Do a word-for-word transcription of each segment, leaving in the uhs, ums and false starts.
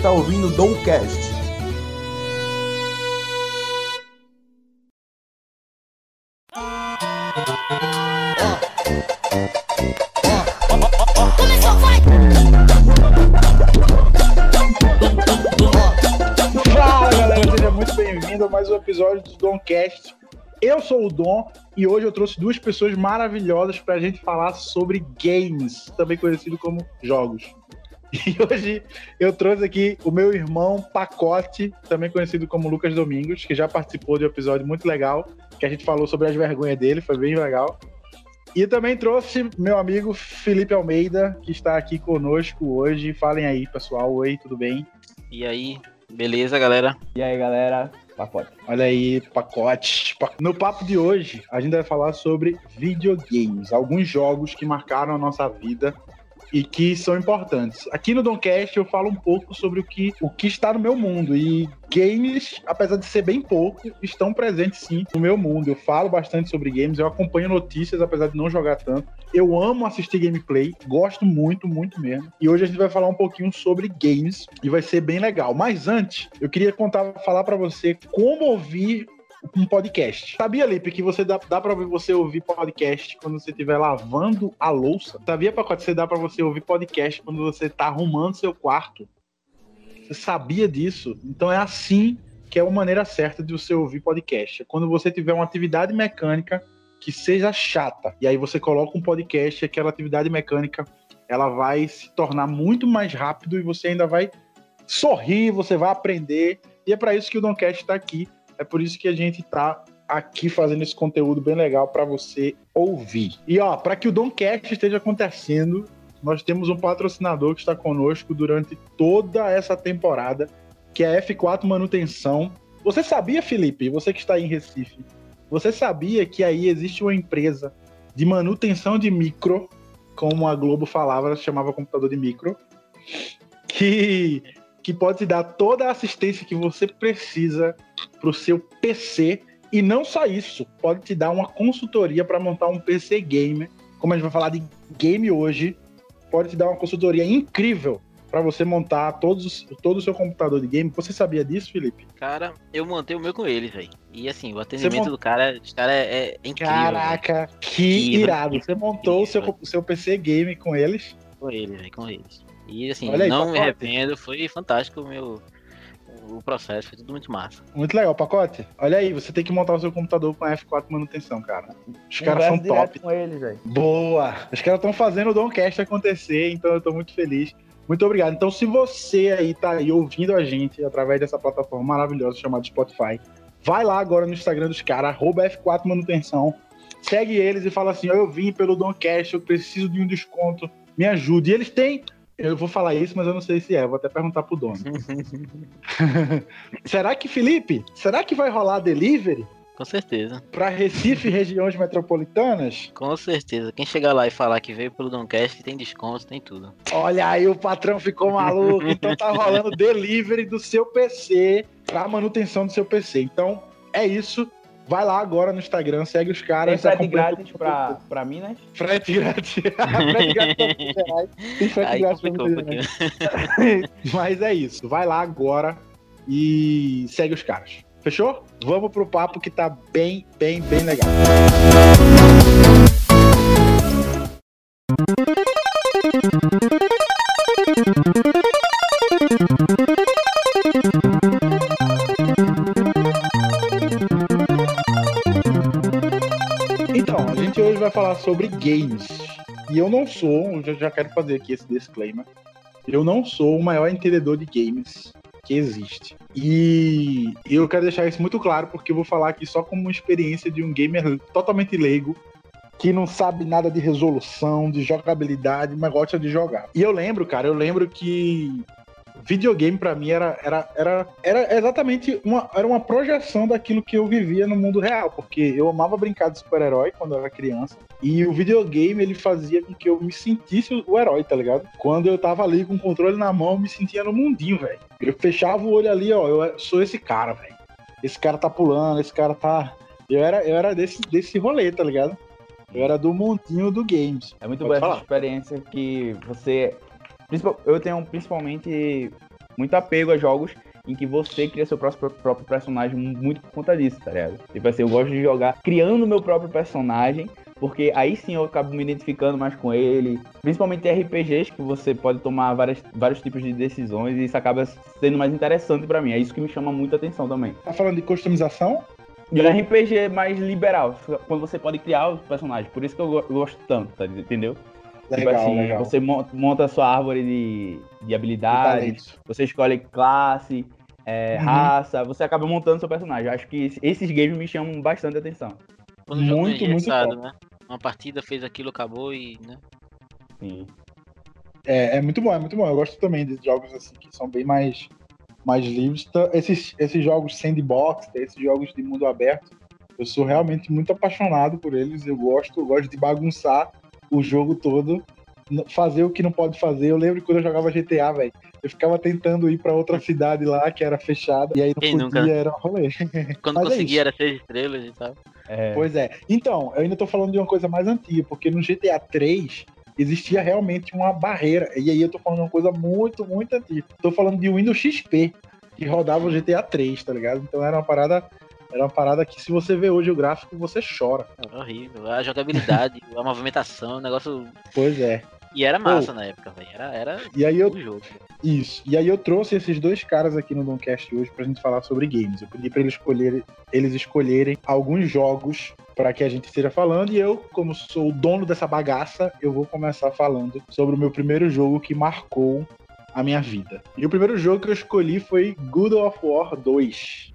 está ouvindo o Domcast. Fala galera, seja muito bem-vindo a mais um episódio do Domcast. Eu sou o Dom e hoje eu trouxe duas pessoas maravilhosas pra gente falar sobre games, também conhecido como jogos. E hoje eu trouxe aqui o meu irmão Pacote, também conhecido como Lucas Domingos, que já participou de um episódio muito legal, que a gente falou sobre as vergonhas dele, foi bem legal. E também trouxe meu amigo Felipe Almeida, que está aqui conosco hoje. Falem aí, pessoal. Oi, tudo bem? E aí, beleza, galera? E aí, galera? Pacote. Olha aí, Pacote. No papo de hoje, a gente vai falar sobre videogames, alguns jogos que marcaram a nossa vida e que são importantes. Aqui no Domcast eu falo um pouco sobre o que, o que está no meu mundo, e games, apesar de ser bem pouco, estão presentes sim no meu mundo. Eu falo bastante sobre games, eu acompanho notícias, apesar de não jogar tanto. Eu amo assistir gameplay, gosto muito, muito mesmo. E hoje a gente vai falar um pouquinho sobre games e vai ser bem legal. Mas antes, eu queria contar, falar para você como ouvir um podcast. Sabia, Lipe, que você dá, dá pra você ouvir podcast quando você estiver lavando a louça? Sabia, Pacote, que você dá pra você ouvir podcast quando você tá arrumando seu quarto? Você sabia disso? Então é assim que é uma maneira certa de você ouvir podcast. É quando você tiver uma atividade mecânica que seja chata. E aí você coloca um podcast e aquela atividade mecânica ela vai se tornar muito mais rápido e você ainda vai sorrir, você vai aprender. E é pra isso que o Domcast tá aqui. É por isso que a gente tá aqui fazendo esse conteúdo bem legal para você ouvir. E ó, para que o Domcast esteja acontecendo, nós temos um patrocinador que está conosco durante toda essa temporada, que é a F quatro Manutenção. Você sabia, Felipe, você que está aí em Recife, você sabia que aí existe uma empresa de manutenção de micro, como a Globo falava, chamava computador de micro, que... que pode te dar toda a assistência que você precisa para o seu P C, e não só isso, pode te dar uma consultoria para montar um P C gamer, como a gente vai falar de game hoje, pode te dar uma consultoria incrível para você montar todos, todo o seu computador de game. Você sabia disso, Felipe? Cara, eu montei o meu com eles, velho. E assim, o atendimento mont... do cara, os cara é, é incrível. Caraca, véio. que incrível, irado. Você montou o seu, seu P C game com eles? Com eles, velho, com eles. E assim, aí, não Pacote. me arrependo, foi fantástico o meu o processo, foi tudo muito massa. Muito legal, Pacote. Olha aí, você tem que montar o seu computador com a F quatro Manutenção, cara. Os caras são top. Com eles, véio. Boa! Os caras estão fazendo o Domcast acontecer, então eu tô muito feliz. Muito obrigado. Então, se você aí tá aí ouvindo a gente através dessa plataforma maravilhosa chamada Spotify, vai lá agora no Instagram dos caras, arroba F quatro Manutenção, segue eles e fala assim, eu vim pelo Domcast, eu preciso de um desconto, me ajude. E eles têm... Eu vou falar isso, mas eu não sei se é. Vou até perguntar pro dono. Será que, Felipe, será que vai rolar delivery? Com certeza. Pra Recife e regiões metropolitanas? Com certeza. Quem chegar lá e falar que veio pelo Domcast, tem desconto, tem tudo. Olha aí, o patrão ficou maluco. Então tá rolando delivery do seu P C pra manutenção do seu P C. Então, é isso. Vai lá agora no Instagram, segue os caras. Tem frete grátis pra, pra Minas? Frete grátis. Frete grátis pra Minas Gerais. Tem frete Aí grátis pra complicou Minas um Gerais. Mas é isso. Vai lá agora e segue os caras. Fechou? Vamos pro papo que tá bem, bem, bem legal. Então, a gente hoje vai falar sobre games. E eu não sou, eu já quero fazer aqui esse disclaimer, eu não sou o maior entendedor de games que existe. E eu quero deixar isso muito claro, porque eu vou falar aqui só como uma experiência de um gamer totalmente leigo, que não sabe nada de resolução, de jogabilidade, mas gosta de jogar. E eu lembro, cara, eu lembro que videogame pra mim era, era, era, era exatamente uma, era uma projeção daquilo que eu vivia no mundo real, porque eu amava brincar de super-herói quando eu era criança, e o videogame ele fazia com que eu me sentisse o herói, tá ligado? Quando eu tava ali com o controle na mão, eu me sentia no mundinho, velho. Eu fechava o olho ali, ó, eu sou esse cara, velho. Esse cara tá pulando, esse cara tá... Eu era, eu era desse, desse rolê, tá ligado? Eu era do mundinho do games. É muito boa essa experiência que você... Eu tenho principalmente muito apego a jogos em que você cria seu próprio, próprio personagem muito por conta disso, tá ligado? Tipo assim, eu gosto de jogar criando meu próprio personagem, porque aí sim eu acabo me identificando mais com ele. Principalmente R P Gs, que você pode tomar várias, vários tipos de decisões e isso acaba sendo mais interessante pra mim. É isso que me chama muita atenção também. Tá falando de customização? E o R P G mais liberal, quando você pode criar os personagens. Por isso que eu go- eu gosto tanto, tá, entendeu? Legal, Tipo assim, legal. você mon- monta a sua árvore de, de habilidades, Talentos. você escolhe classe, é, Uhum. raça, você acaba montando seu personagem. Acho que esse- esses games me chamam bastante atenção. Quando o jogo não é Muito, muito engessado, top. né? Uma partida fez aquilo, acabou e, né? Sim. É, é muito bom, é muito bom. Eu gosto também de jogos assim que são bem mais, mais livres. Então, Esses, esses jogos sandbox, esses jogos de mundo aberto, eu sou realmente muito apaixonado por eles. Eu gosto, eu gosto de bagunçar o jogo todo, n- fazer o que não pode fazer. Eu lembro que quando eu jogava G T A, velho, eu ficava tentando ir pra outra cidade lá que era fechada e aí não Quem podia, nunca, né? era um rolê. Quando Mas é conseguia isso. era seis estrelas e tal. É, Pois é. Então, eu ainda tô falando de uma coisa mais antiga, porque no G T A três existia realmente uma barreira. E aí eu tô falando de uma coisa muito, muito antiga. Tô falando de Windows X P, que rodava o G T A três, tá ligado? Então era uma parada, era uma parada que se você vê hoje o gráfico, você chora. Era horrível. A jogabilidade, a movimentação, o negócio. Pois é. E era massa Pô, na época, velho. Era, era E aí eu o jogo. Isso. E aí eu trouxe esses dois caras aqui no Domcast hoje pra gente falar sobre games. Eu pedi pra eles escolherem, eles escolherem alguns jogos pra que a gente esteja falando, e eu, como sou o dono dessa bagaça, eu vou começar falando sobre o meu primeiro jogo que marcou a minha vida. E o primeiro jogo que eu escolhi foi God of War dois.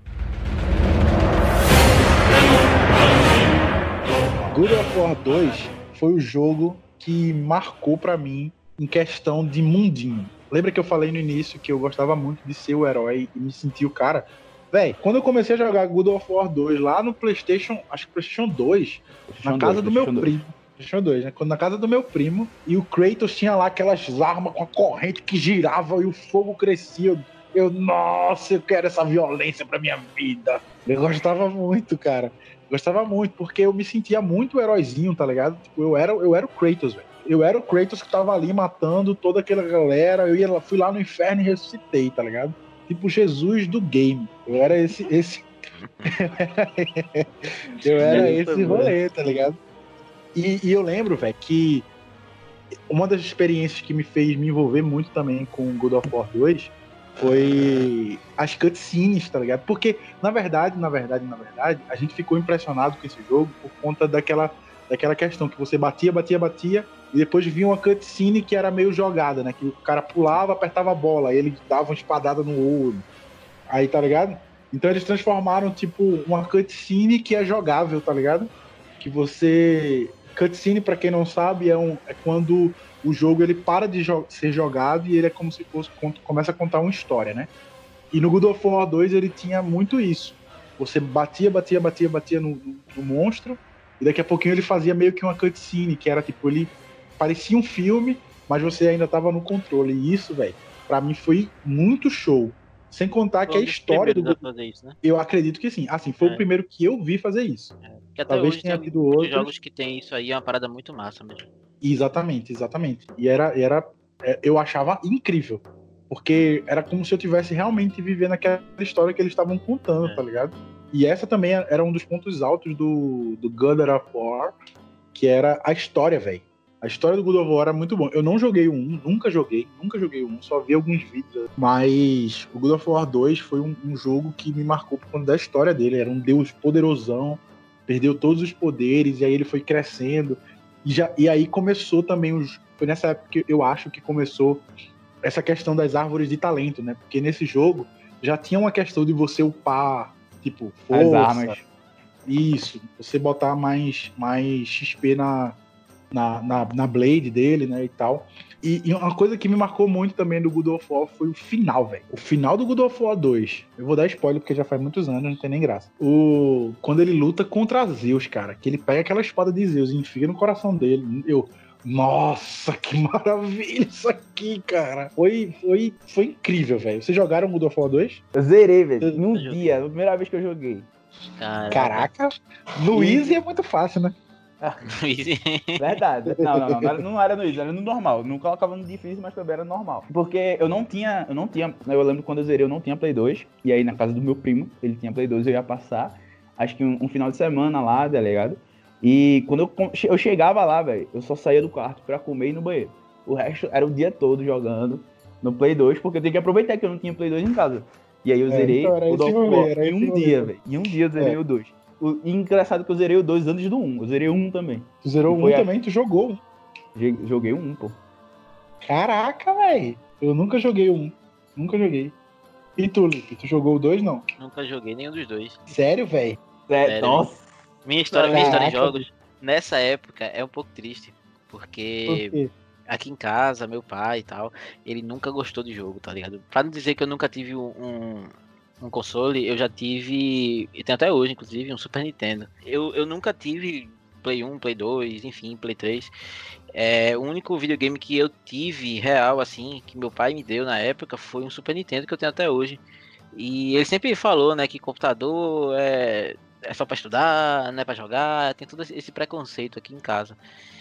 God of War dois foi o jogo que marcou pra mim em questão de mundinho. Lembra que eu falei no início que eu gostava muito de ser o herói e me sentir o cara? Véi, quando eu comecei a jogar God of War dois lá no PlayStation, acho que PlayStation dois, na casa do meu primo. PlayStation dois, né? Quando na casa do meu primo, e o Kratos tinha lá aquelas armas com a corrente que girava e o fogo crescia. Eu, eu, nossa, eu quero essa violência pra minha vida. Eu gostava muito, cara. Gostava muito, porque eu me sentia muito heróizinho, tá ligado? Tipo, eu era, eu era o Kratos, velho. Eu era o Kratos que tava ali matando toda aquela galera. Eu ia, lá- fui lá no inferno e ressuscitei, tá ligado? Tipo Jesus do game. Eu era esse. esse... eu era É, esse rolê, tá ligado? E, e eu lembro, velho, que uma das experiências que me fez me envolver muito também com God of War dois foi as cutscenes, tá ligado? Porque, na verdade, na verdade, na verdade, a gente ficou impressionado com esse jogo por conta daquela, daquela questão que você batia, batia, batia, e depois vinha uma cutscene que era meio jogada, né? Que o cara pulava, apertava a bola, aí ele dava uma espadada no olho. Aí, tá ligado? Então eles transformaram, tipo, uma cutscene que é jogável, tá ligado? Que você... Cutscene, pra quem não sabe, é, um, é quando o jogo ele para de jo- ser jogado e ele é como se fosse começa a contar uma história, né? E no God of War dois ele tinha muito isso. Você batia, batia, batia, batia no, no, no monstro e daqui a pouquinho ele fazia meio que uma cutscene, que era tipo, ele parecia um filme, mas você ainda tava no controle. E isso, velho, pra mim foi muito show. Sem contar que Foi a um dos história do primeiros a God... fazer isso, né? Eu acredito que sim. Assim, foi É. o primeiro que eu vi fazer isso. Que até Talvez hoje tenha tem tido muitos outros. jogos que tem isso aí, é uma parada muito massa mesmo. Exatamente, exatamente. E era, era, é, eu achava incrível, porque era como se eu tivesse realmente vivendo aquela história que eles estavam contando, É. tá ligado? E essa também era um dos pontos altos do, do God of War, que era a história, velho. A história do God of War era muito bom. Eu não joguei o um, nunca joguei, nunca joguei o um, só vi alguns vídeos. Mas o God of War dois foi um, um jogo que me marcou por conta da história dele. Era um deus poderosão, perdeu todos os poderes, e aí ele foi crescendo. E, já, e aí começou também, os, foi nessa época que eu acho que começou essa questão das árvores de talento, né? Porque nesse jogo já tinha uma questão de você upar, tipo, força. As armas. Isso, você botar mais, mais X P na, na, na, na Blade dele, né, e tal. E, e uma coisa que me marcou muito também do God of War foi o final, velho. O final do God of War dois. Eu vou dar spoiler porque já faz muitos anos, não tem nem graça. O, quando ele luta contra Zeus, cara, que ele pega aquela espada de Zeus e enfia no coração dele. Eu, nossa, que maravilha isso aqui, cara. Foi, foi, foi incrível, velho. Vocês jogaram God of War dois? Eu zerei, velho. Num Eu joguei. dia, a primeira vez que eu joguei. Caraca. Caraca, no E- Easy é muito fácil, né? Verdade. Não, não, não. Não era, não era no easy, era no normal. Não colocava no difícil, mas também era normal. Porque eu não tinha, eu não tinha, eu lembro quando eu zerei, eu não tinha Play dois. E aí na casa do meu primo, ele tinha Play dois, eu ia passar, acho que um, um final de semana lá, tá ligado? E quando eu, eu chegava lá, velho, eu só saía do quarto pra comer e ir no banheiro. O resto era o dia todo jogando no Play dois, porque eu tinha que aproveitar que eu não tinha Play dois em casa. E aí eu É, zerei então era o esse God of rolê, War era em esse um rolê. dia, velho. Em um dia eu zerei É. o dois. O, e engraçado que eu zerei o dois antes do um. Eu zerei o um também. Tu zerou E um foi a- também, tu jogou um. Je- Joguei o um, pô. Caraca, velho. Eu nunca joguei um. Nunca joguei. E tu, Lipe? Tu jogou o dois, não? Nunca joguei nenhum dos dois. Sério, velho? É, Sério, nossa. Minha história, minha história em Caraca, jogos, nessa época, é um pouco triste. Por Porque quê? aqui em casa, meu pai e tal, ele nunca gostou de jogo, tá ligado? Pra não dizer que eu nunca tive um, um console, eu já tive, e tenho até hoje, inclusive, um Super Nintendo. Eu, eu nunca tive Play um, Play dois, enfim, Play três. É, o único videogame que eu tive real, assim, que meu pai me deu na época, foi um Super Nintendo que eu tenho até hoje. E ele sempre falou, né, que computador é, é só pra estudar, não é pra jogar, tem todo esse preconceito aqui em casa.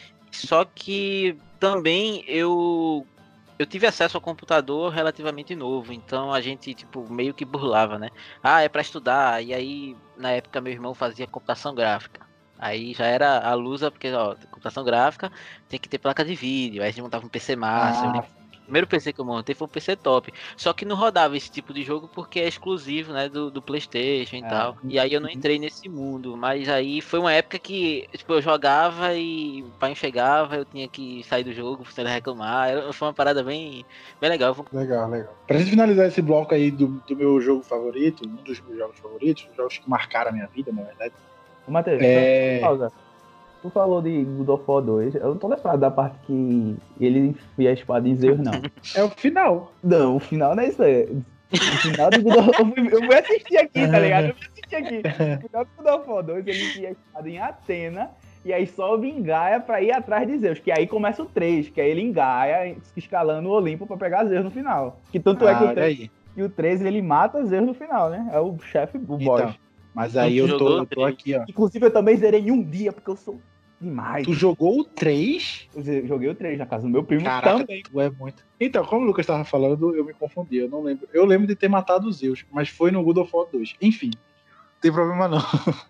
Só que também eu eu tive acesso ao computador relativamente novo, então a gente tipo meio que burlava, né? Ah, é pra estudar. E aí na época meu irmão fazia computação gráfica. Aí já era a lusa, porque ó, computação gráfica tem que ter placa de vídeo. Aí a gente montava um P C massa. Eu Ah, lembro- O primeiro P C que eu montei foi um P C top. Só que não rodava esse tipo de jogo porque é exclusivo, né, do, do PlayStation e É. tal. E aí eu não entrei nesse mundo. Mas aí foi uma época que tipo, eu jogava e o pai chegava, eu tinha que sair do jogo sem ele reclamar. Era, foi uma parada bem, bem legal. legal, legal. Pra gente finalizar esse bloco aí do, do meu jogo favorito, um dos meus jogos favoritos, os jogos que marcaram a minha vida, na verdade. Ô, Matheus, É... só- pausa. Tu falou de God of War dois. Eu não tô lembrado da parte que ele enfia a espada em Zeus, não. É o final. Não, o final não é isso aí. O final do God of War... Eu fui- eu vou assistir aqui, tá ligado? Eu vou assistir aqui. O final do God of War dois, ele enfia a espada em Atena e aí sobe em Gaia pra ir atrás de Zeus. Que aí começa o três, que aí ele em Gaia, escalando o Olimpo pra pegar Zeus no final. Que tanto é Ah, que o olha três, aí. que o três ele mata Zeus no final, né? É o chefe, o boss. Então, mas aí eu tô, jogou eu tô aqui, ó. Inclusive eu também zerei em um dia, porque eu sou demais. Tu jogou o três? Eu ze- joguei o três na casa do meu primo Caraca, também. tu é muito. Então, como o Lucas tava falando, eu me confundi. Eu não lembro. Eu lembro de ter matado o Zeus, mas foi no God of War dois. Enfim, não tem problema não.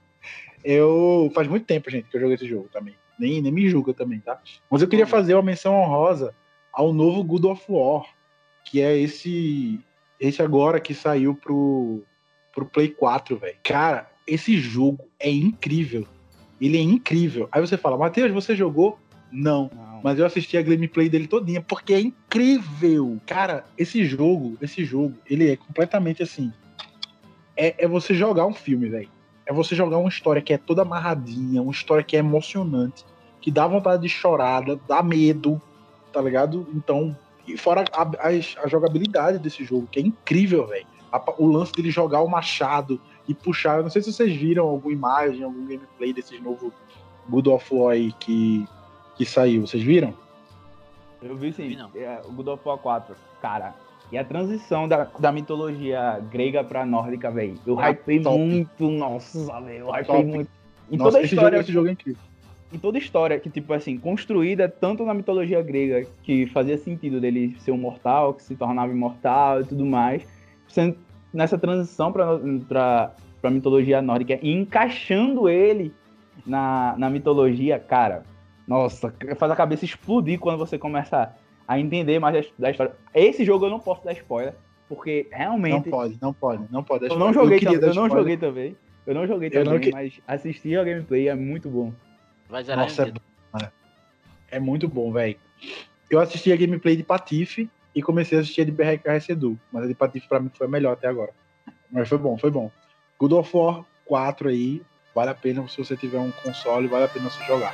Eu. Faz muito tempo, gente, que eu joguei esse jogo também. Nem, nem me julga também, tá? Mas eu queria fazer uma menção honrosa ao novo God of War, que é esse. Esse agora que saiu pro, pro Play quatro, velho. Cara, esse jogo é incrível. Ele é incrível. Aí você fala, Matheus, você jogou? Não. Não. Mas eu assisti a gameplay dele todinha, porque é incrível. Cara, esse jogo, esse jogo, ele é completamente assim. É, é você jogar um filme, velho. É você jogar uma história que é toda amarradinha, uma história que é emocionante, que dá vontade de chorar, dá- dá medo, tá ligado? Então, e fora a, a- a jogabilidade desse jogo, que é incrível, velho. A- O lance dele jogar o machado e puxar. Eu não sei se vocês viram alguma imagem, algum gameplay desses novos God of War aí que, que saiu. Vocês viram? Eu vi sim. Vi não. É, o God of War quatro. Cara, e a transição da, da mitologia grega pra nórdica, velho. Eu Ah, hypei top. muito, nossa, velho. Eu hypei Top. muito. Em Nossa, toda a esse, história. jogo, esse jogo é incrível. Em toda história que, tipo assim, construída tanto na mitologia grega, que fazia sentido dele ser um mortal, que se tornava imortal e tudo mais, sendo nessa transição pra, pra, pra mitologia nórdica e encaixando ele na, na mitologia, cara, nossa, faz a cabeça explodir quando você começa a entender mais da, da história. Esse jogo eu não posso dar spoiler, porque Não realmente pode, não pode, não pode. dar eu não spoiler. joguei, queria também, dar eu não spoiler. joguei também. Eu não joguei Eu não também, que- mas assistir a gameplay é muito bom. Vai zerar Nossa, em é um dia. bom, né? É muito bom, velho. Eu assisti a gameplay de Patife e comecei a assistir a de B R K Resedu, mas a de Patife pra mim foi a melhor até agora. Mas foi bom, foi bom. God of War quatro aí, vale a pena se você tiver um console, vale a pena você jogar.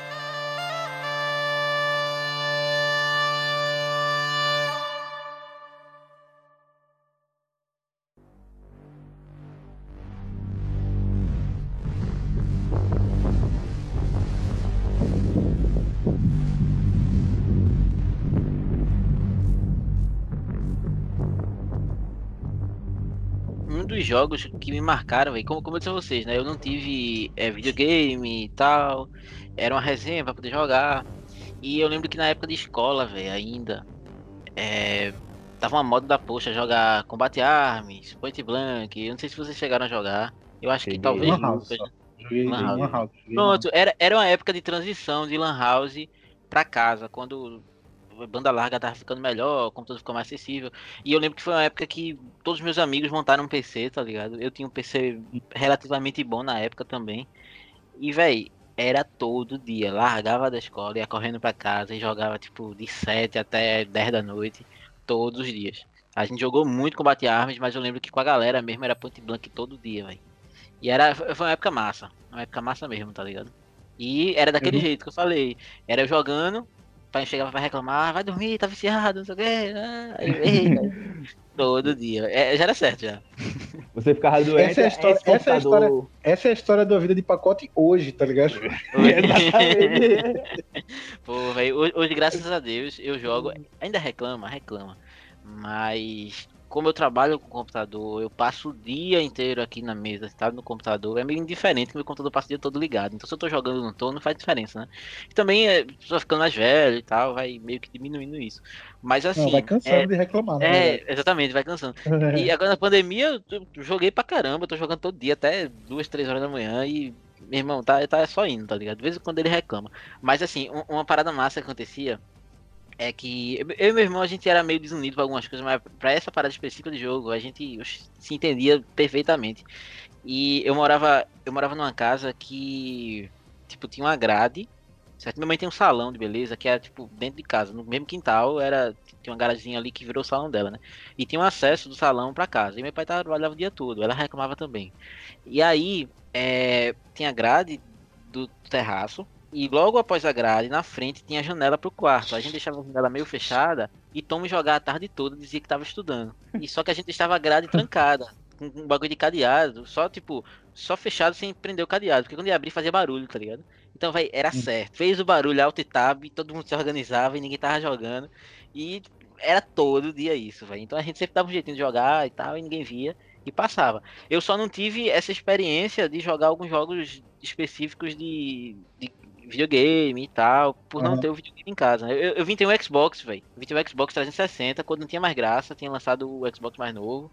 dos jogos que me marcaram, velho, como, como eu disse a vocês, né? Eu não tive é, videogame e tal, era uma resenha pra poder jogar. E eu lembro que na época de escola, velho, ainda, é, tava uma moda da poxa jogar Combate Arms, Point Blank. Eu não sei se vocês chegaram a jogar. Eu acho que Cheguei. talvez Lan House nunca. só. Joguei, Lan joguei House. Lan House. joguei Lan House. Pronto, era, era uma época de transição de Lan House pra casa, quando a banda larga tava ficando melhor, o computador ficou mais acessível. E eu lembro que foi uma época que todos os meus amigos montaram um P C, tá ligado? Eu tinha um P C relativamente bom na época também. E, véi, era todo dia. Largava da escola, ia correndo pra casa e jogava, tipo, de sete até dez da noite, todos os dias. A gente jogou muito Combate Arms, mas eu lembro que com a galera mesmo era Point Blank todo dia, véi. E era, foi uma época massa. Uma época massa mesmo, tá ligado? E era daquele Uhum. jeito que eu falei. Era eu jogando, o pai chegava pra reclamar, vai dormir, tá viciado, não sei o quê. Ah, aí, eita, todo dia. É, já era certo já. Você ficava doente, Essa é a história- esse essa é a história- computador- Essa é a história da vida de pacote hoje, tá ligado? Exatamente. Pô, velho, hoje, hoje, graças a Deus, eu jogo. Ainda reclama, reclama. Mas como eu trabalho com computador, eu passo o dia inteiro aqui na mesa, sentado no computador, é meio indiferente que meu computador passa o dia todo ligado. Então se eu tô jogando ou não tô, não faz diferença, né? E também, é, tô ficando mais velho e tal, vai meio que diminuindo isso. Mas assim. Não, vai cansando é, de reclamar, na verdade. É, exatamente, vai cansando. E agora na pandemia eu eu joguei pra caramba, eu tô jogando todo dia, até duas, três horas da manhã e, meu irmão, tá, tá só indo, tá ligado? De vez em quando ele reclama. Mas assim, um- uma parada massa que acontecia é que eu eu e meu irmão a gente era meio desunido pra algumas coisas, mas pra essa parada específica de jogo a gente oxe, se entendia perfeitamente. E eu morava, eu morava numa casa que, tipo, tinha uma grade, certo? Minha mãe tem um salão de beleza que era, tipo, dentro de casa, no mesmo quintal, era, tinha uma garazinha ali que virou o salão dela, né? E tinha um acesso do salão pra casa. E meu pai trabalhava o dia todo, ela reclamava também. E aí, é, tinha grade do terraço, e logo após a grade, na frente, tinha a janela pro quarto. A gente deixava a janela meio fechada, e Tom me jogar a tarde toda, dizia que tava estudando. E só que a gente deixava a grade trancada, com um bagulho de cadeado, só tipo, só fechado sem prender o cadeado, porque quando ia abrir fazia barulho, tá ligado? Então, vai, era certo. Fez o barulho, alt tab, todo mundo se organizava e ninguém tava jogando. E era todo dia isso, velho. Então a gente sempre dava um jeitinho de jogar e tal, e ninguém via. E passava. Eu só não tive essa experiência de jogar alguns jogos específicos de, de videogame e tal, por não Aham. ter o videogame em casa. Eu, eu vim ter um Xbox, velho. Vim ter um Xbox trezentos e sessenta, quando não tinha mais graça, tinha lançado o Xbox mais novo.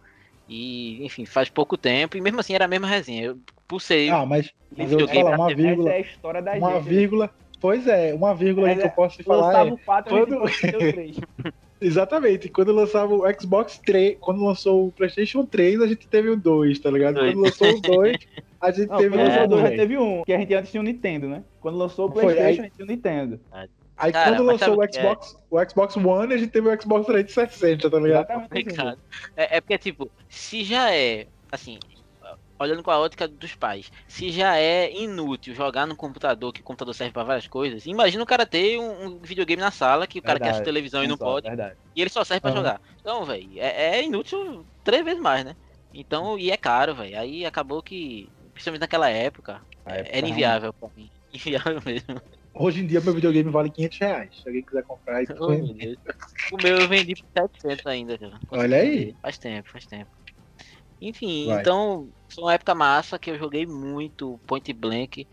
E, enfim, faz pouco tempo, e mesmo assim era a mesma resenha. Eu pulsei Ah, mas, o mas eu vou te videogame falar pra uma T V. Essa vírgula. é a história da Uma gente. vírgula. Pois é, uma vírgula aí que eu posso te falar Lançava é. o quatro, quando- a gente foi o três. Exatamente, quando lançava o Xbox três, quando lançou o PlayStation três, a gente teve o dois, tá ligado? Dois. Quando lançou o dois, a gente Não, teve quando o lançou o dois já resto. teve um, que a gente antes tinha o Nintendo, né? Quando lançou o Foi, PlayStation, aí- a gente tinha o Nintendo. Aí Cara, quando mas lançou sabe o o que é? Xbox, o Xbox One, a gente teve o Xbox trezentos e sessenta, tá ligado? Exatamente assim. Complicado. É, é porque, tipo, se já é, assim, olhando com a ótica dos pais, se já é inútil jogar no computador, que o computador serve pra várias coisas, imagina o cara ter um, um videogame na sala, que o cara quer assistir Verdade. televisão e não Console, pode, Verdade. e ele só serve pra Aham. jogar. Então, velho, é, é inútil três vezes mais, né? Então, e é caro, velho. Aí acabou que, principalmente naquela época, A é- época era inviável pra mim. Inviável mesmo. Hoje em dia, meu videogame vale quinhentos reais. Se alguém quiser comprar, aí Oh, meu Deus. O meu eu vendi por setecentos ainda, cara. Consegui Olha aí. vender. Faz tempo, faz tempo. Enfim, Vai. então foi uma época massa que eu joguei muito Point Blank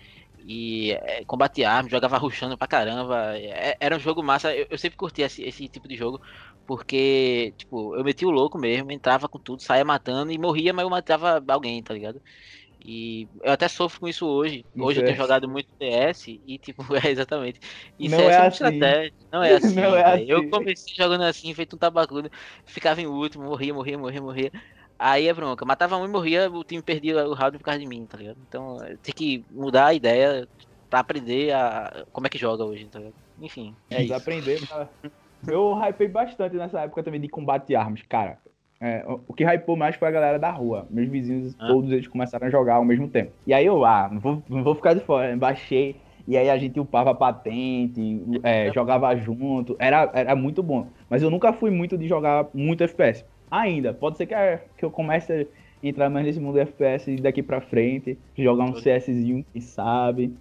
e é, combate armas, jogava rushando pra caramba. É, era um jogo massa, eu, eu sempre curti esse, esse tipo de jogo, porque, tipo, eu metia o louco mesmo, entrava com tudo, saía matando e morria, mas eu matava alguém, tá ligado? E eu até sofro com isso hoje. No Hoje eu tenho C S. jogado muito C S e, tipo, é exatamente. E Não C S é é muito assim. estratégia. Não é assim, Não é velho. Eu assim. comecei jogando assim, feito um tabacudo. Ficava em último, morria, morria, morria, morria. Aí é bronca. Matava um e morria, o time perdia o round por causa de mim, tá ligado? Então tem que mudar a ideia pra aprender a como é que joga hoje, tá ligado? Enfim, é Precisa isso. aprender. Mas eu hypei bastante nessa época também de combate de armas, cara. É, o- o que hypou mais foi a galera da rua. Meus vizinhos, Ah. todos eles começaram a jogar ao mesmo tempo. E aí eu, ah, não vou, não vou ficar de fora, né? Baixei. E aí a gente upava patente, é, jogava junto. Era, era muito bom. Mas eu nunca fui muito de jogar muito F P S. Ainda. Pode ser que, é- que eu comece a entrar mais nesse mundo F P S daqui pra frente. Jogar um CSzinho, quem sabe.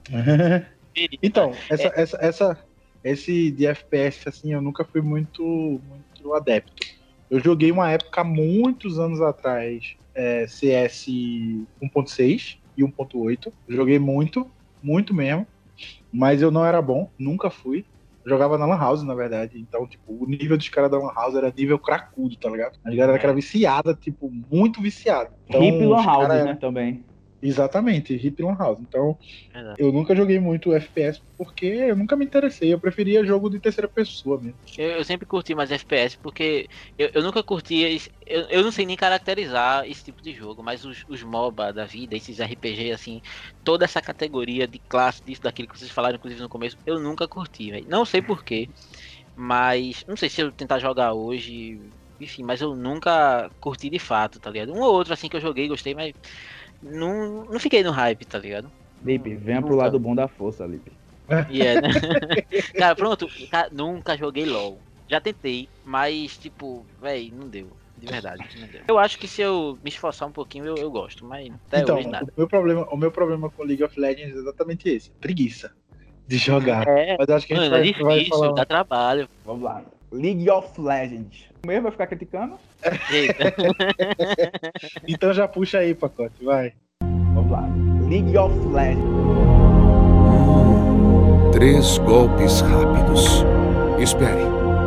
Então, essa, essa, essa, esse de F P S, assim, eu nunca fui muito, muito adepto. Eu joguei uma época, muitos anos atrás, é, C S um ponto seis e um ponto oito. Joguei muito, muito mesmo. Mas eu não era bom, nunca fui. Eu jogava na Lan House, na verdade. Então, tipo, o nível dos caras da Lan House era nível cracudo, tá ligado? A galera que era viciada, tipo, muito viciada. Então, Hip Lan os House, cara né, era- também. Exatamente, Hip Lan House. Então, Verdade. eu nunca joguei muito F P S porque eu nunca me interessei. Eu preferia jogo de terceira pessoa mesmo. Eu, eu sempre curti mais F P S porque eu, eu nunca curti. esse- Eu, eu não sei nem caracterizar esse tipo de jogo, mas os, os MOBA da vida, esses R P G, assim, toda essa categoria de classe, disso, daquilo que vocês falaram, inclusive no começo, eu nunca curti, velho. Não sei porquê, mas não sei se eu tentar jogar hoje, enfim, mas eu nunca curti de fato, tá ligado? Um ou outro, assim, que eu joguei, gostei, mas não, não fiquei no hype, tá ligado? Lipe, venha pro Nunca. lado bom da força, Lipe. E é, né? Cara, pronto, ca- nunca joguei LOL. Já tentei, mas tipo, véi, não deu. De verdade, não deu. Eu acho que se eu me esforçar um pouquinho, eu, eu gosto, mas até Então, hoje nada. o meu, problema, o meu problema com League of Legends é exatamente esse: preguiça de jogar. É, Mas eu acho que a gente mano, é vai, vai difícil, falar. dá trabalho. Vamos lá. League of Legends. O mesmo vai ficar criticando? Eita. Então já puxa aí, pacote, vai. Vamos lá. League of Legends. Três golpes rápidos. Espere.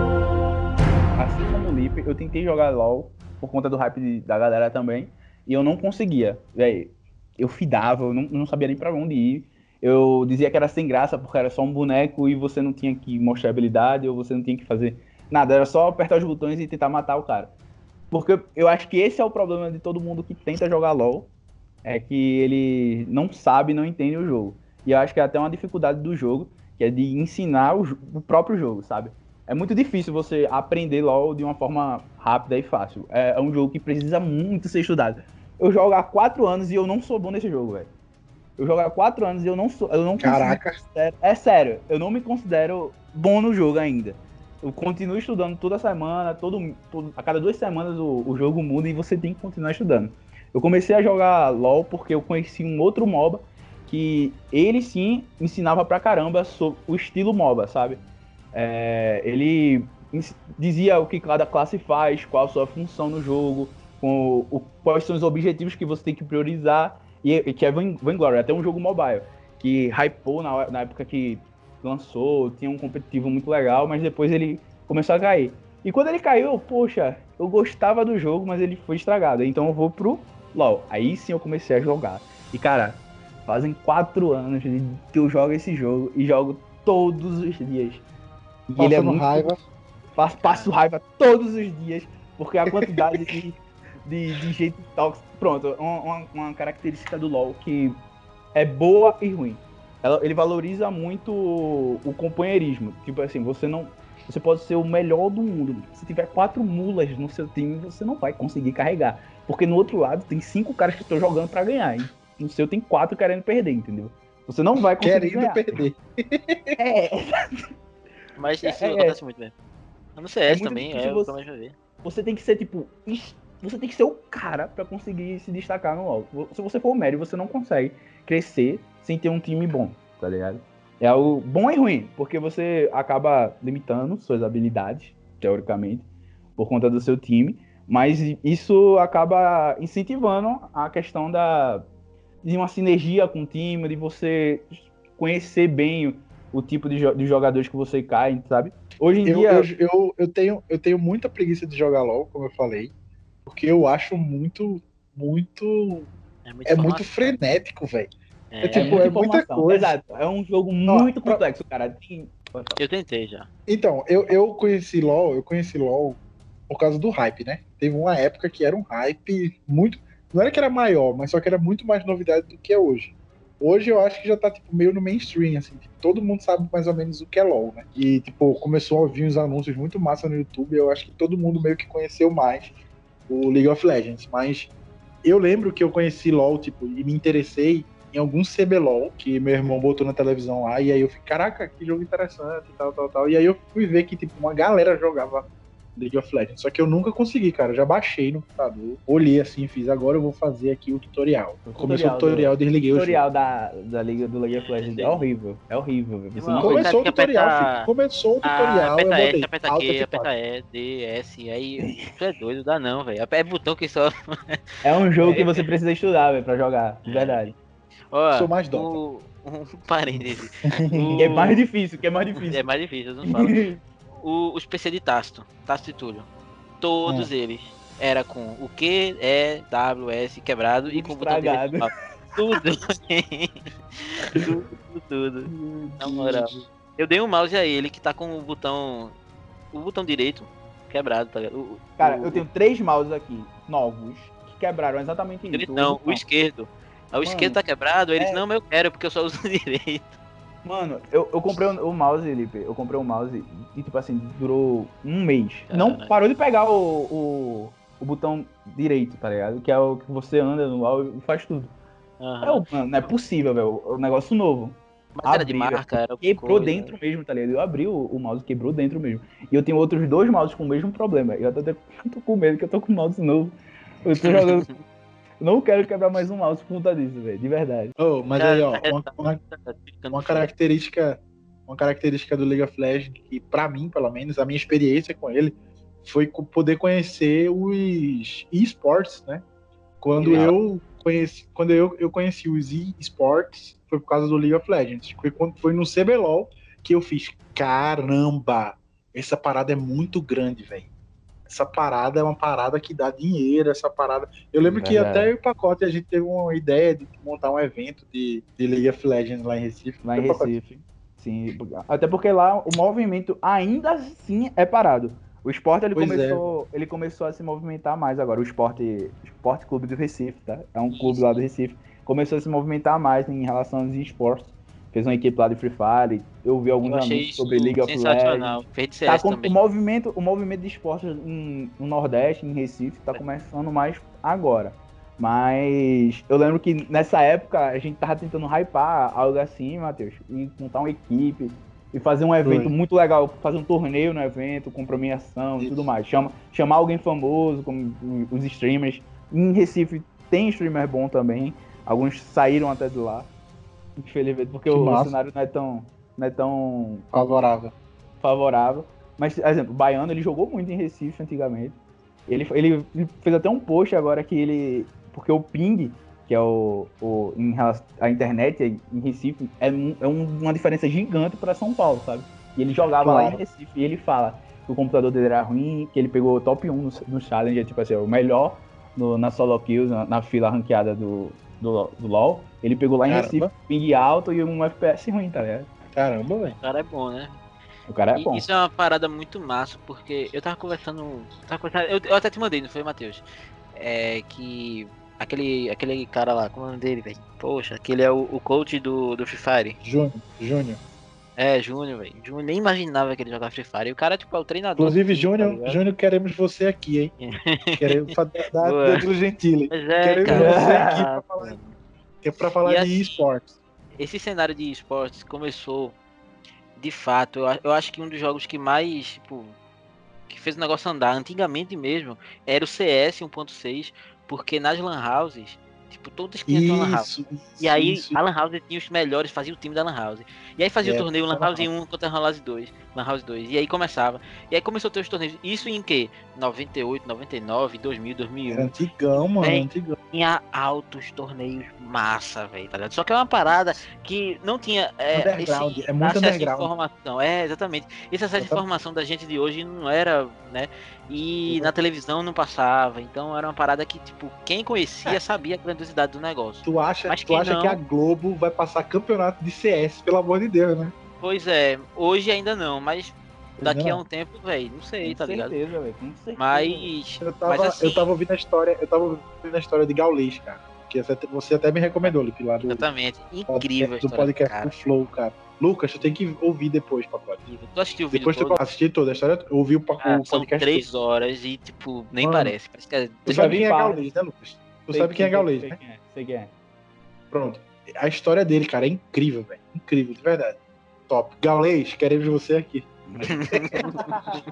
Assim como o Lipe, eu tentei jogar LoL por conta do hype de- da galera também. E eu não conseguia. Véi, eu fidava, eu não, não sabia nem pra onde ir. Eu dizia que era sem graça porque era só um boneco e você não tinha que mostrar habilidade ou você não tinha que fazer nada. Era só apertar os botões e tentar matar o cara. Porque eu acho que esse é o problema de todo mundo que tenta jogar LoL. É que ele não sabe, não entende o jogo. E eu acho que é até uma dificuldade do jogo, que é de ensinar o, jo- o próprio jogo, sabe? É muito difícil você aprender LoL de uma forma rápida e fácil. É, é um jogo que precisa muito ser estudado. Eu jogo há quatro anos e eu não sou bom nesse jogo, velho. Eu jogo há quatro anos e eu não sou. Eu não Caraca. considero- É sério, eu não me considero bom no jogo ainda. Eu continuo estudando toda semana, todo, todo- a cada duas semanas o, o jogo muda e você tem que continuar estudando. Eu comecei a jogar LoL porque eu conheci um outro MOBA que ele sim ensinava pra caramba sobre o estilo MOBA, sabe? É, ele ens- dizia o que cada classe faz, qual a sua função no jogo, com o, quais são os objetivos que você tem que priorizar, e, e que é Van- Vainglory, até um jogo mobile, que hypou na, na época que lançou, tinha um competitivo muito legal, mas depois ele começou a cair. E quando ele caiu, eu, poxa, eu gostava do jogo, mas ele foi estragado, então eu vou pro LoL. Aí sim eu comecei a jogar. E cara, fazem quatro anos que eu jogo esse jogo e jogo todos os dias. E ele é Passando muito raiva. Passo, passo raiva todos os dias, porque a quantidade de, de, de gente tóxico. Pronto, uma, uma, uma característica do LoL que é boa e ruim. Ela, ele valoriza muito o, o companheirismo. Tipo assim, você não. Você pode ser o melhor do mundo. Se tiver quatro mulas no seu time, você não vai conseguir carregar. Porque no outro lado tem cinco caras que estão jogando pra ganhar. E no seu tem quatro querendo perder, entendeu? Você não vai conseguir Querendo ganhar. perder. É, Mas isso É, é. acontece muito mesmo. No É C S muito também, difícil é o que você- eu mais já vi. você tem que ser, tipo, is- você tem que ser o cara pra conseguir se destacar no LoL. Se você for o médio, você não consegue crescer sem ter um time bom, tá ligado? É algo bom e ruim, porque você acaba limitando suas habilidades, teoricamente, por conta do seu time, mas isso acaba incentivando a questão da, de uma sinergia com o time, de você conhecer bem o tipo de, jo- de jogadores que você cai, sabe? Hoje em Eu, dia, eu, eu, eu, tenho, eu tenho muita preguiça de jogar LOL, como eu falei, porque eu acho muito, muito. É muita É muito informação. frenético, velho. É, É tipo, muita é muita informação. coisa. Exato. É um jogo muito pra- complexo, cara. Tem- eu tentei já. Então, eu, eu conheci LOL, eu conheci LOL por causa do hype, né? Teve uma época que era um hype muito. Não era que era maior, mas só que era muito mais novidade do que é hoje. Hoje eu acho que já tá tipo, meio no mainstream, assim. Tipo, todo mundo sabe mais ou menos o que é LOL, né? E, tipo, começou a vir uns anúncios muito massa no YouTube. Eu acho que todo mundo meio que conheceu mais o League of Legends. Mas eu lembro que eu conheci LOL, tipo, e me interessei em algum C B LOL que meu irmão botou na televisão lá. E aí eu fiquei, caraca, que jogo interessante e tal, tal, tal. E aí eu fui ver que, tipo, uma galera jogava League of Legends. Só que eu nunca consegui, cara. Eu já baixei no computador, olhei assim, fiz. Agora eu vou fazer aqui o tutorial. O Começou o tutorial tutorial, do- desliguei O o tutorial jogo. da, da Liga, do League of Legends é horrível. É horrível, velho. Você Não, não o cara Começou o tem que tutorial, apertar- filho. Começou o Ah, tutorial, eu aperta S, botei aperta Alt Q, F aperta quatro. E, D, S, aí tu é doido, dá não, velho. É botão que só. É um jogo que você precisa estudar, velho, pra jogar, de verdade. Ó, Sou mais Dota. o... um parêntese. Que é O... mais difícil, que é mais É difícil. mais difícil, não fala. O- os P C de Tasto, Tasto e Túlio, todos Hum. eles era com o Q, E, W, S quebrado e Tudo com o botão direito. estragado. Tudo. tudo, tudo, tudo. Na moral. Eu dei um mouse a ele que tá com o botão. O botão direito quebrado, tá ligado? O, Cara, o- eu tenho três mouses aqui, novos, que quebraram exatamente o isso. direito não, o botão. esquerdo. Ah, O Mano, esquerdo tá quebrado, eles é- não, mas eu quero, porque eu só uso o direito. Mano, eu, eu comprei o, o mouse, Felipe. Eu comprei o mouse e, tipo assim, durou um mês. Não Caralho. parou de pegar o, o, o botão direito, tá ligado? Que é o que você anda no mouse e faz tudo. Aham. Eu, mano, não é possível, velho. É um negócio novo. Mas era de abri, marca, era Quebrou coisa. dentro mesmo, tá ligado? Eu abri o, o mouse, quebrou dentro mesmo. E eu tenho outros dois mouses com o mesmo problema. Eu até eu tô com medo que eu tô com um mouse novo. Eu tô jogando. Não quero quebrar mais um mouse por conta disso, velho. De verdade. Oh, mas Cara, aí, ó, tá- uma, uma, tá ficando uma feio. característica, uma característica do League of Legends que, pra mim, pelo menos, a minha experiência com ele foi co- poder conhecer os esportes, né? Quando Legal. eu conheci, quando eu, eu conheci os esportes, foi por causa do League of Legends. Foi quando foi no C B L O L que eu fiz, caramba, essa parada é muito grande, velho. Essa parada é uma parada que dá dinheiro, essa parada. Eu lembro que Verdade. até eu e o Pacote a gente teve uma ideia de montar um evento de, de League of Legends lá em Recife. Lá em Foi, Pacote? Recife. Sim. Até porque lá o movimento ainda assim é parado. O esporte ele Pois começou, ele começou a se movimentar mais agora. O esporte, esporte Clube do Recife, tá? É um clube lá do Recife. Começou a se movimentar mais em relação aos esportes. Fez uma equipe lá de Free Fire. Eu vi alguns Eu achei anúncios isso sobre League of sensacional. Legends. Fez de C Tá S com, o também. movimento, o movimento de esportes em- no Nordeste, em Recife, tá começando mais agora. Mas eu lembro que nessa época a gente tava tentando hypar algo assim, Matheus, e montar uma equipe e fazer um evento Foi. muito legal, fazer um torneio no evento com premiação e Isso. tudo mais. Chama, chamar alguém famoso, como os streamers. Em Recife tem streamer bom também. Alguns saíram até de lá. Infelizmente, porque Que o, o massa. cenário não é tão, não é tão Favorável. favorável. Mas, por exemplo, o Baiano, ele jogou muito em Recife antigamente. Ele, ele fez até um post agora que ele... Porque o ping, que é o, o em relação à internet em Recife, é, um- é um- uma diferença gigante para São Paulo, sabe? E ele jogava lá Claro. em Recife e ele fala que o computador dele era ruim, que ele pegou o top um no, no Challenger, tipo assim, o melhor no- na solo kills, na, na fila ranqueada do, do, do LoL. Ele pegou lá em Caramba. Recife, ping alto e um F P S ruim, tá ligado? Caramba, velho. O cara é bom, né? O cara é E bom. isso é uma parada muito massa, porque eu tava conversando. Tava conversando eu, eu até te mandei, não foi, Matheus? É que. Aquele, aquele cara lá, como é o nome dele, velho? Poxa, aquele é o, o coach do, do Free Fire. Júnior, Júnior. É, Júnior, velho. Júnior nem imaginava que ele jogava Free Fire. E o cara, tipo, é o treinador. Inclusive, do time, tá Júnior, ligado? Júnior, queremos você aqui, hein? Queremos fa- dar Boa. Danilo Gentili. Mas é, Queremos cara. você aqui pra Ah, falar, mano. que é pra falar E de assim, esportes. Esse cenário de esportes começou, de fato, eu, a- eu acho que um dos jogos que mais, tipo, que fez o negócio andar antigamente mesmo, era o C S um ponto seis, porque nas lan houses, tipo, todas tinham uma lan house. Isso, isso, E aí isso. a lan house tinha os melhores, fazia o time da lan house. E aí fazia É, o torneio lan lan house um contra lan house dois, lan house dois. E aí começava. E aí começou a ter os torneios. Isso em que? noventa e oito, noventa e nove, dois mil, dois mil e um. Era antigão, mano, Bem, antigão. Tinha altos torneios massa, velho, tá ligado? Só que é uma parada que não tinha é, Underground, esse é muito acesso underground. à informação. É, exatamente. Esse acesso à Exatamente. informação da gente de hoje não era, né? E Uhum. na televisão não passava. Então era uma parada que, tipo, quem conhecia É. sabia a grandiosidade do negócio. Tu acha, Mas tu quem acha não- que a Globo vai passar campeonato de C S, pelo amor de Deus, né? Pois é, hoje ainda não, mas daqui a Não. um tempo, velho, não sei, Com tá ligado? certeza, velho. Com certeza. Mas. Eu tava, mas assim, eu tava ouvindo a história, eu tava ouvindo a história de Gaulês, cara. Que você até- você até me recomendou, Lipe, lá do, exatamente. Incrível a podcast, do história do podcast cara. do Flow, cara. Lucas, tu tem que ouvir depois, pacote. Incrível. Tu assistiu o vídeo Depois tu todo? assistir toda a história, eu ouvi o, pa- Ah, o são podcast. três todo. horas e, tipo, nem Mano, parece. Parece que é... Tu Eu já sabe vi quem é parte. Gaulês, né, Lucas? Tu Sei sabe quem é sei- Gaulês, sei né? quem é, sei quem é. Pronto. A história dele, cara, é incrível, velho. Incrível, de verdade. Top. Gaulês, queremos você aqui.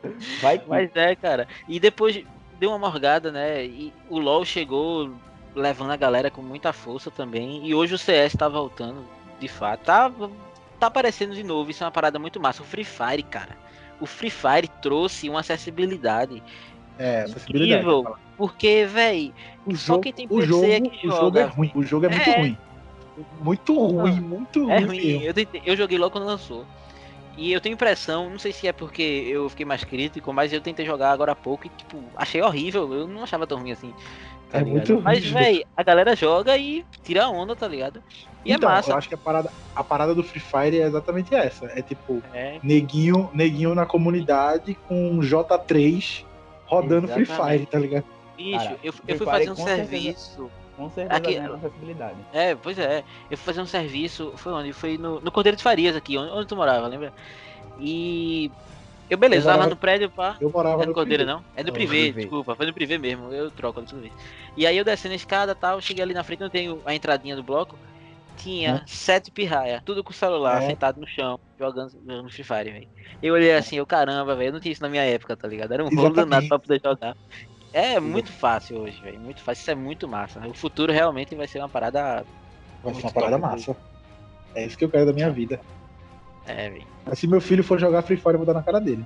Vai que... Mas é, cara. E depois deu uma morgada, né? E o LoL chegou levando a galera com muita força também. E hoje o C S tá voltando, de fato. Tá, tá aparecendo de novo. Isso é uma parada muito massa. O Free Fire, cara. O Free Fire trouxe uma acessibilidade É, acessibilidade. incrível. Porque, véi, O só jogo, quem tem o P C jogo, é que o joga. jogo é ruim. O jogo é muito É. ruim. Muito ruim, muito ruim. É ruim. mesmo. Eu, tentei- eu joguei logo quando lançou. E eu tenho impressão, não sei se é porque eu fiquei mais crítico, mas eu tentei jogar agora há pouco e, tipo, achei horrível. Eu não achava tão ruim assim. Tá É ligado? muito ruim. Mas, véi, a galera joga e tira a onda, tá ligado? E Então, é massa. eu acho que a parada, a parada do Free Fire é exatamente essa. É tipo, É, neguinho, neguinho na comunidade com J três rodando Free Exatamente. Fire, tá ligado? bicho, Cara, eu, Free eu fui Fire, fazer um com certeza- serviço. Com certeza Aqui- ganha com acessibilidade. É, pois é. Eu fui fazer um serviço. Foi onde? Foi no, no Cordeiro de Farias aqui, onde, onde tu morava, lembra? E. Eu, beleza, Eu tava morava- no prédio, pá. Eu morava Não é no no Cordeiro, Privê. não? É do Não, privê, Privê. desculpa. Foi no privê mesmo. Eu troco toda vez. E aí eu descendo a escada e tal, cheguei ali na frente, não tem a entradinha do bloco. Tinha sete pirraia, tudo com o celular, É. sentado no chão, jogando, jogando Free Fire, velho. Eu olhei assim, eu, caramba, velho, eu não tinha isso na minha época, tá ligado? Era um rolo Exatamente. danado pra poder jogar. É muito fácil hoje, velho. Muito fácil, isso é muito massa. O futuro realmente vai ser uma parada. Vai ser muito uma parada top. massa. É isso que eu quero da minha vida. É, velho. Mas se meu filho for jogar Free Fire, eu vou dar na cara dele.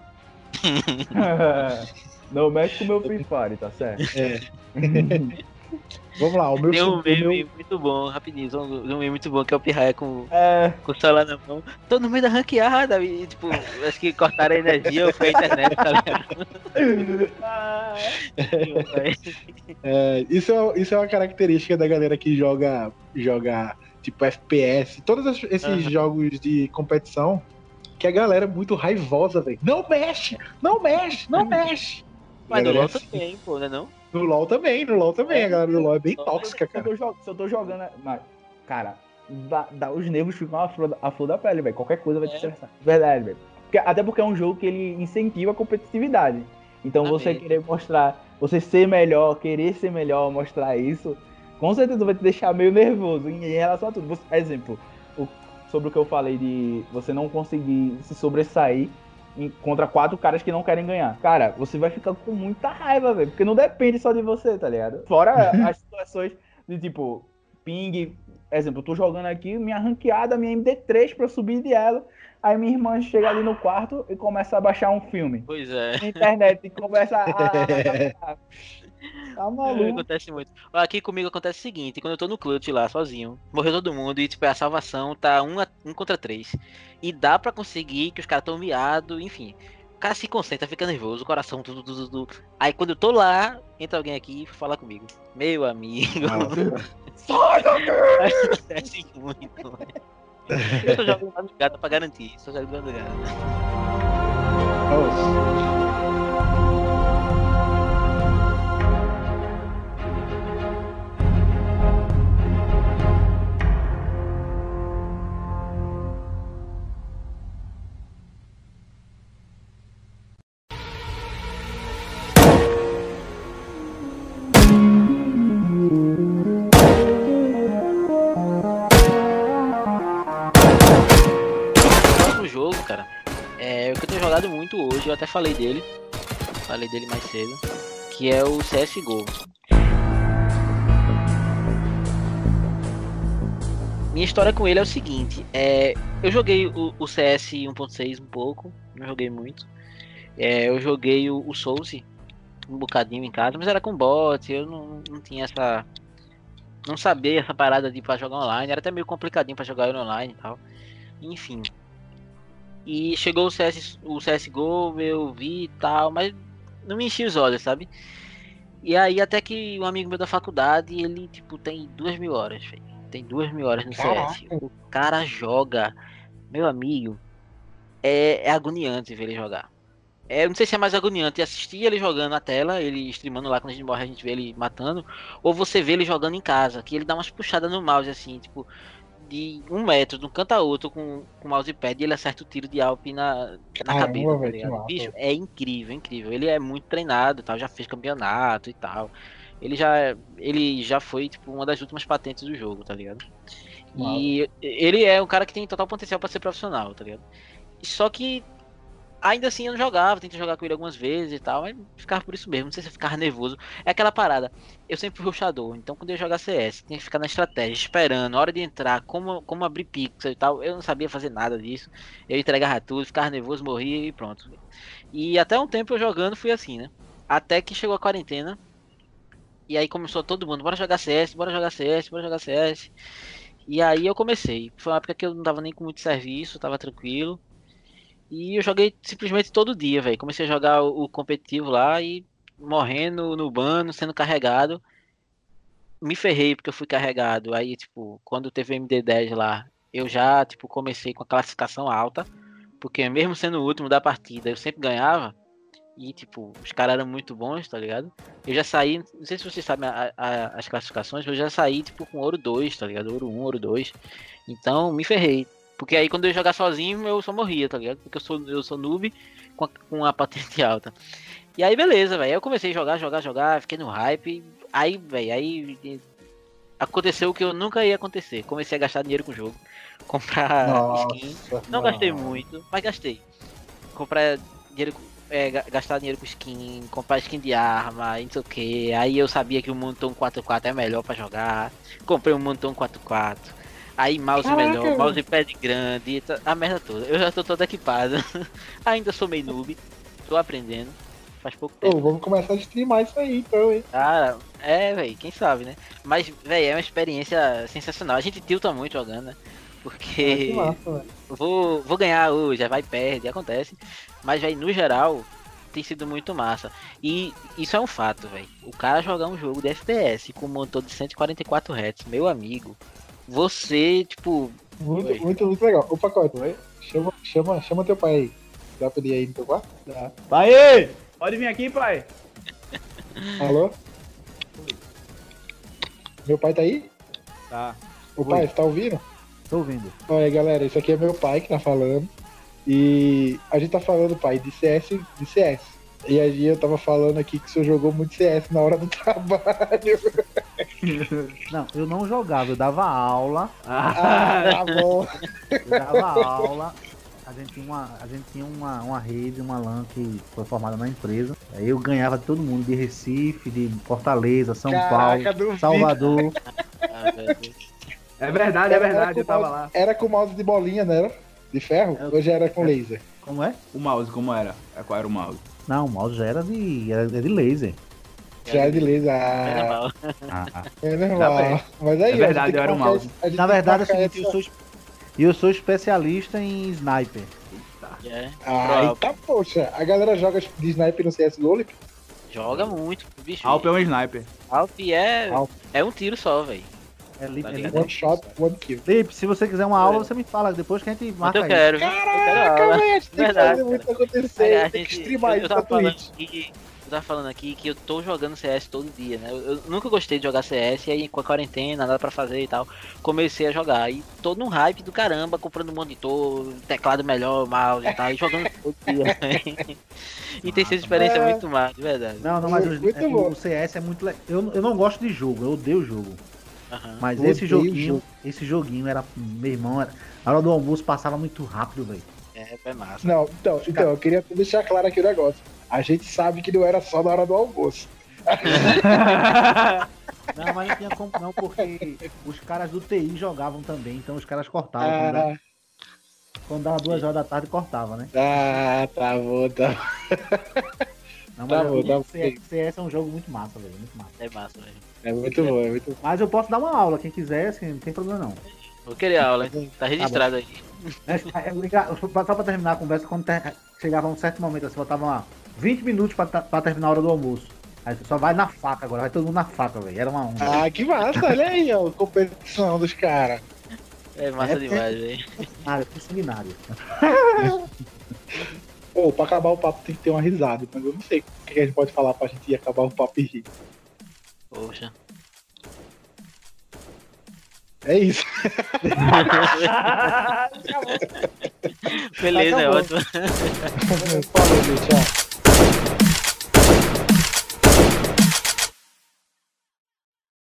Não mexe com o meu Free Fire, tá certo? É. Vamos lá, o meu Tem um sub- o meme meu- muito bom, rapidinho, só um um meme muito bom que é o pirraia com, É, com o celular na mão. Tô no meio da ranqueada e, tipo, acho que cortaram a energia ou foi a internet, tá ligado? é, isso, é, isso é uma característica da galera que joga, joga tipo F P S, todos es- esses Aham. jogos de competição, que a galera é muito raivosa, velho. Não mexe! Não mexe! Não mexe! Mas no Galera, LoL é assim. também, pô, né não? No LoL também, no LoL também. É, a galera do LoL é bem se eu- tóxica, se eu, cara. tô, jo- se eu tô jogando. Mas, cara, dá, dá- os nervos ficam a flor, da- a flor da pele, velho. Qualquer coisa vai te É. estressar. Verdade, velho. Porque- Até porque é um jogo que ele incentiva a competitividade. Então você Exatamente. querer mostrar, você ser melhor, querer ser melhor, mostrar isso, com certeza vai te deixar meio nervoso em, em relação a tudo. Você- exemplo, o- sobre o que eu falei de você não conseguir se sobressair em- contra quatro caras que não querem ganhar. Cara, você vai ficar com muita raiva, velho, porque não depende só de você, tá ligado? Fora as situações de tipo, ping, exemplo, eu tô jogando aqui, minha ranqueada, minha M D três pra eu subir de ela, aí minha irmã chega ali no quarto e começa a baixar um filme Pois é. na internet e começa a... a- Tá maluco. Acontece muito. Aqui comigo acontece o seguinte, quando eu tô no clutch lá, sozinho, morreu todo mundo e tipo, a salvação tá um, a- um contra três. E dá pra conseguir que os caras tão miados, enfim. O cara se concentra, fica nervoso, o coração, tudo, tudo, tudo. Aí quando eu tô lá, entra alguém aqui e fala comigo. Meu amigo, Sai daqui! acontece muito. Eu tô jogando madrugada pra garantir, só jogo madrugada. O próximo jogo, cara, é o que eu tenho jogado muito hoje, eu até falei dele, falei dele mais cedo, que é o C S G O. Minha história com ele é o seguinte, é, eu joguei o, o C S um ponto seis um pouco, não joguei muito. É, eu joguei o, o Soulse um bocadinho em casa, mas era com bot, eu não, não tinha essa... Não sabia essa parada de ir pra jogar online, era até meio complicadinho pra jogar ele online e tal. Enfim. E chegou o C S, o C S G O, eu vi e tal, mas não me enchi os olhos, sabe? E aí até que um amigo meu da faculdade, ele tipo tem duas mil horas, velho. Tem duas mil horas no Caraca. C S. O cara joga, meu amigo, é, é agoniante ver ele jogar. É, eu não sei se é mais agoniante assistir ele jogando na tela, ele streamando lá, quando a gente morre a gente vê ele matando, ou você vê ele jogando em casa, que ele dá umas puxadas no mouse assim, tipo, de um metro, de um canto a outro com, com o mousepad e ele acerta o tiro de Alp na, na Caramba, cabeça, tá velho, que ligado? massa. Bicho, é incrível, incrível. Ele é muito treinado, tal, já fez campeonato e tal. Ele já, ele já foi, tipo, uma das últimas patentes do jogo, tá ligado? E ele é um cara que tem total potencial pra ser profissional, tá ligado? Só que ainda assim eu não jogava, tentei jogar com ele algumas vezes e tal, mas ficava por isso mesmo, não sei se eu ficava nervoso. É aquela parada, eu sempre fui rushador, então quando eu ia jogar C S, tinha que ficar na estratégia, esperando, a hora de entrar, como, como abrir pixel e tal, eu não sabia fazer nada disso. Eu entregava tudo, ficava nervoso, morria e pronto. E até um tempo eu jogando fui assim, né? Até que chegou a quarentena, e aí começou todo mundo, bora jogar C S, bora jogar C S, bora jogar C S. E aí eu comecei, foi uma época que eu não tava nem com muito serviço, tava tranquilo. E eu joguei simplesmente todo dia, velho. Comecei a jogar o, o competitivo lá e morrendo no bano, sendo carregado. Me ferrei porque eu fui carregado. Aí, tipo, quando teve o M D dez lá, eu já, tipo, comecei com a classificação alta. Porque mesmo sendo o último da partida, eu sempre ganhava. E, tipo, os caras eram muito bons, tá ligado? Eu já saí, não sei se vocês sabem a- a- as classificações, mas eu já saí, tipo, com ouro dois, tá ligado? Ouro um, ouro dois. Então, me ferrei. Porque aí quando eu ia jogar sozinho, eu só morria, tá ligado? Porque eu sou, eu sou noob com a, com a patente alta. E aí, beleza, velho. Eu comecei a jogar, jogar, jogar, fiquei no hype. Aí, velho, aí aconteceu o que eu nunca ia acontecer. Comecei a gastar dinheiro com o jogo. Comprar skin. Nossa, Não gastei muito, mas gastei. Comprar dinheiro, é, ga- gastar dinheiro com skin, comprar skin de arma, e não sei o que. Aí eu sabia que o Mountain quatro quatro é melhor pra jogar. Comprei um Mountain quatro quatro. Aí mouse Caraca, melhor, mouse pad grande, tá- a merda toda. Eu já tô todo equipado. Ainda sou meio noob, tô aprendendo. Faz pouco tempo. Ô, vamos começar a streamar isso aí, então, hein? Cara, é, velho, quem sabe, né? Mas, velho, é uma experiência sensacional. A gente tilta muito jogando, né? Ah, Porque que massa, velho. vou, vou ganhar hoje, aí vai perde, acontece. Mas, velho, no geral, tem sido muito massa. E isso é um fato, velho. O cara jogar um jogo de F P S com um motor de cento e quarenta e quatro hertz, meu amigo, você, tipo, Muito, Oi. muito, muito legal. Ô, pacote, vai. Chama, chama, chama teu pai aí. Dá pra ele ir aí no teu quarto? Dá. Pai! Pode vir aqui, pai. Alô? Meu pai tá aí? Tá. Ô, pai, você tá ouvindo? Tô ouvindo. Olha, galera, esse aqui é meu pai que tá falando. E a gente tá falando, pai, de C S, de C S. E aí eu tava falando aqui que o senhor jogou muito C S na hora do trabalho. Não, eu não jogava, eu dava aula. Ah, tá bom. Eu dava aula. A gente tinha, uma, a gente tinha uma, uma rede, uma LAN que foi formada na empresa. Aí eu ganhava de todo mundo, de Recife, de Fortaleza, São Caraca, Paulo, duvido. Salvador. ah, velho, É verdade, é Era- verdade, era com eu tava mouse- lá. Era com mouse de bolinha, né? Era? De ferro? É. Ou já era com laser? Como é? O mouse, como era? Qual era o mouse? Não, o mouse já era de, era de laser. Já era de laser. era Ah, mal. Ah, ah. é Tá normal. bem. Mas aí, É ó, verdade, a gente tem eu era que um marcar mouse. esse- a gente Na tem que verdade, é o marcar seguinte, eu essa- sou, eu sou especialista em sniper. É, Ah, Pro- tá, poxa. A galera joga de sniper no C S G O, Lipe? joga muito, bicho. Alp é um sniper. Alp é, Alp. é um tiro só, velho. É li, Tá é li- ligado? One shot, one kill. Lipe, se você quiser uma aula, você me fala, depois que a gente Mas marca eu isso. quero, viu? Eu quero Caraca, aula. velho, a gente tem que Verdade, fazer muito acontecer. Aí a Tem que gente- streamar eu, isso eu pra tava falando Twitch. aqui, eu tava falando aqui que eu tô jogando C S todo dia, né? Eu, eu nunca gostei de jogar C S, e aí com a quarentena, nada pra fazer e tal, comecei a jogar. E tô num hype do caramba, comprando monitor, teclado melhor, mouse e tal, e jogando todo dia. E tem sido experiência É. muito má, de verdade. Não, não, mas o, Muito é que bom. o C S é muito legal. Eu, eu não gosto de jogo, eu odeio jogo. Aham. Mas Eu esse odeio joguinho, jogo. esse joguinho era, meu irmão, era, a hora do almoço passava muito rápido, velho. É, é massa. Não, então, então, eu queria deixar claro aqui o negócio. A gente sabe que não era só na hora do almoço. Não, mas não tinha como não, porque os caras do T I jogavam também, então os caras cortavam. Quando, dava, Ah, quando dava duas horas da tarde, cortava, né? ah, tá bom, tá. Não, Tá mas bom, o tá bom. C S, C S é um jogo muito massa, velho, muito massa. É massa, velho. É muito bom, é muito bom. Mas eu posso dar uma aula, quem quiser, assim, não tem problema não. Vou querer aula, hein? Tá registrado aí. Mas, é, legal, só pra terminar a conversa, quando ter- chegava um certo momento, assim, faltava lá vinte minutos pra, ta- pra terminar a hora do almoço. Aí você só vai na faca agora, vai todo mundo na faca, velho. Era uma onda. Ah, que massa, olha aí, ó, competição dos caras. É massa É, demais, velho. Ah, que sanguinário. Pô, pra acabar o papo tem que ter uma risada, mas eu não sei o que a gente pode falar pra gente acabar o papo e rir. Poxa. É isso. Beleza, é Acabou. ótimo. Falou, gente, tchau.